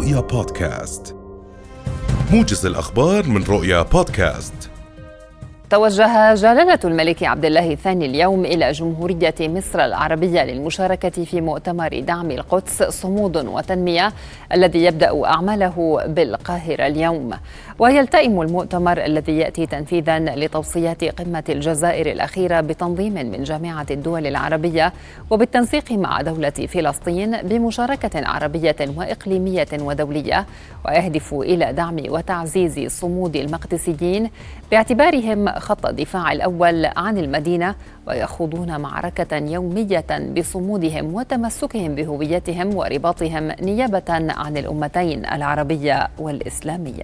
رؤيا بودكاست، موجز الأخبار من رؤيا بودكاست. توجه جلالة الملك عبد الله الثاني اليوم إلى جمهورية مصر العربية للمشاركة في مؤتمر دعم القدس صمود وتنمية الذي يبدأ أعماله بالقاهرة اليوم. ويلتئم المؤتمر الذي يأتي تنفيذا لتوصيات قمة الجزائر الأخيرة بتنظيم من جامعة الدول العربية وبالتنسيق مع دولة فلسطين بمشاركة عربية وإقليمية ودولية، ويهدف إلى دعم وتعزيز صمود المقدسيين باعتبارهم خط الدفاع الأول عن المدينة، ويخوضون معركة يومية بصمودهم وتمسكهم بهويتهم ورباطهم نيابة عن الأمتين العربية والإسلامية.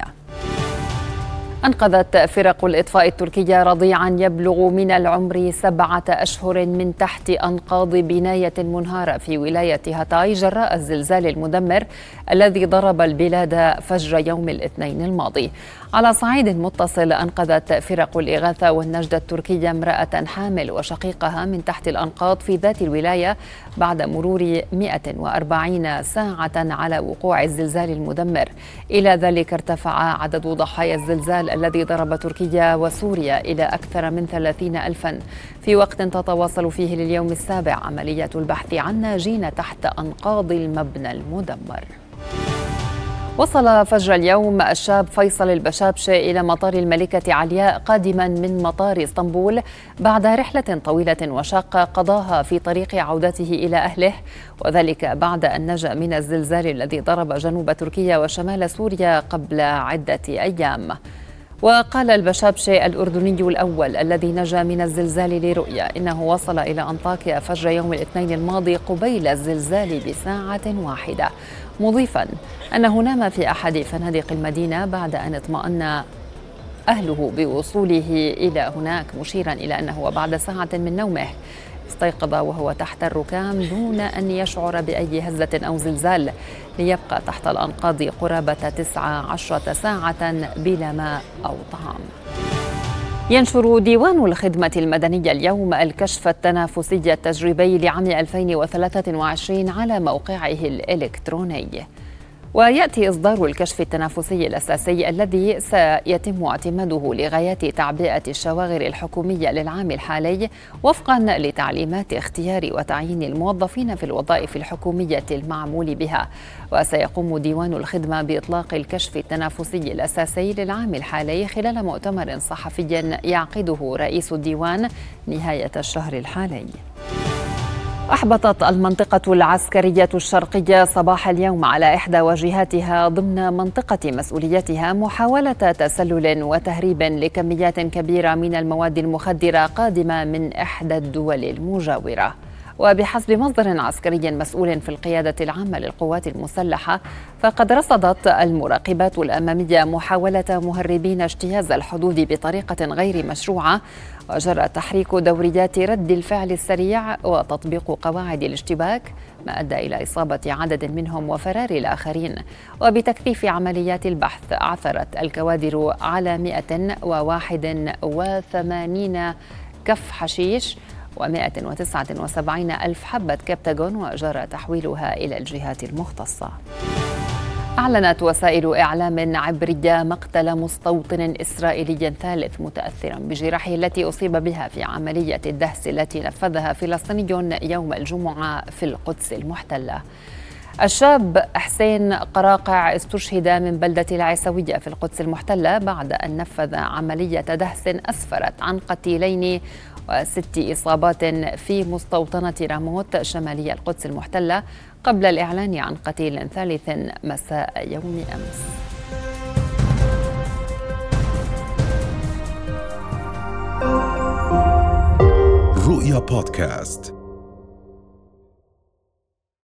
أنقذت فرق الإطفاء التركية رضيعا يبلغ من العمر 7 أشهر من تحت أنقاض بناية منهارة في ولاية هاتاي جراء الزلزال المدمر الذي ضرب البلاد فجر يوم الاثنين الماضي. على صعيد متصل، أنقذت فرق الإغاثة والنجدة التركية امرأة حامل وشقيقها من تحت الأنقاض في ذات الولاية بعد مرور 140 ساعة على وقوع الزلزال المدمر. إلى ذلك ارتفع عدد ضحايا الزلزال الذي ضرب تركيا وسوريا إلى أكثر من 30,000 في وقت تتواصل فيه لليوم السابع عملية البحث عن ناجين تحت أنقاض المبنى المدمر. وصل فجر اليوم الشاب فيصل البشابشة إلى مطار الملكة علياء قادما من مطار اسطنبول بعد رحلة طويلة وشاقة قضاها في طريق عودته إلى أهله، وذلك بعد أن نجا من الزلزال الذي ضرب جنوب تركيا وشمال سوريا قبل عدة أيام. وقال البشابشة الأردني الأول الذي نجا من الزلزال لرؤيا إنه وصل إلى أنطاكيا فجر يوم الاثنين الماضي قبيل الزلزال بساعة واحدة، مضيفا أنه نام في أحد فنادق المدينة بعد أن اطمأن أهله بوصوله إلى هناك، مشيرا إلى أنه بعد ساعة من نومه استيقظ وهو تحت الركام دون أن يشعر بأي هزة أو زلزال، ليبقى تحت الأنقاض قرابة 19 ساعة بلا ماء أو طعام. ينشر ديوان الخدمة المدنية اليوم الكشف التنافسي التجريبي لعام 2023 على موقعه الإلكتروني. ويأتي إصدار الكشف التنافسي الأساسي الذي سيتم اعتماده لغايات تعبئة الشواغر الحكومية للعام الحالي وفقا لتعليمات اختيار وتعيين الموظفين في الوظائف الحكومية المعمول بها. وسيقوم ديوان الخدمة بإطلاق الكشف التنافسي الأساسي للعام الحالي خلال مؤتمر صحفي يعقده رئيس الديوان نهاية الشهر الحالي. أحبطت المنطقة العسكرية الشرقية صباح اليوم على إحدى وجهاتها ضمن منطقة مسؤوليتها محاولة تسلل وتهريب لكميات كبيرة من المواد المخدرة قادمة من إحدى الدول المجاورة. وبحسب مصدر عسكري مسؤول في القيادة العامة للقوات المسلحة، فقد رصدت المراقبات الأمامية محاولة مهربين اجتياز الحدود بطريقة غير مشروعة، وجرى تحريك دوريات رد الفعل السريع وتطبيق قواعد الاشتباك، ما أدى إلى إصابة عدد منهم وفرار الآخرين. وبتكثيف عمليات البحث عثرت الكوادر على 181 كف حشيش و179 ألف حبة كبتاغون، وجرى تحويلها إلى الجهات المختصة. أعلنت وسائل إعلام عبرية مقتل مستوطن إسرائيلي ثالث متأثرا بجراحه التي أصيب بها في عملية الدهس التي نفذها فلسطيني يوم الجمعة في القدس المحتلة. الشاب حسين قراقع استشهد من بلدة العيسوية في القدس المحتلة بعد أن نفذ عملية دهس أسفرت عن قتيلين و6 إصابات في مستوطنة راموت شمالي القدس المحتلة قبل الإعلان عن قتيل ثالث مساء يوم أمس. رؤيا بودكاست.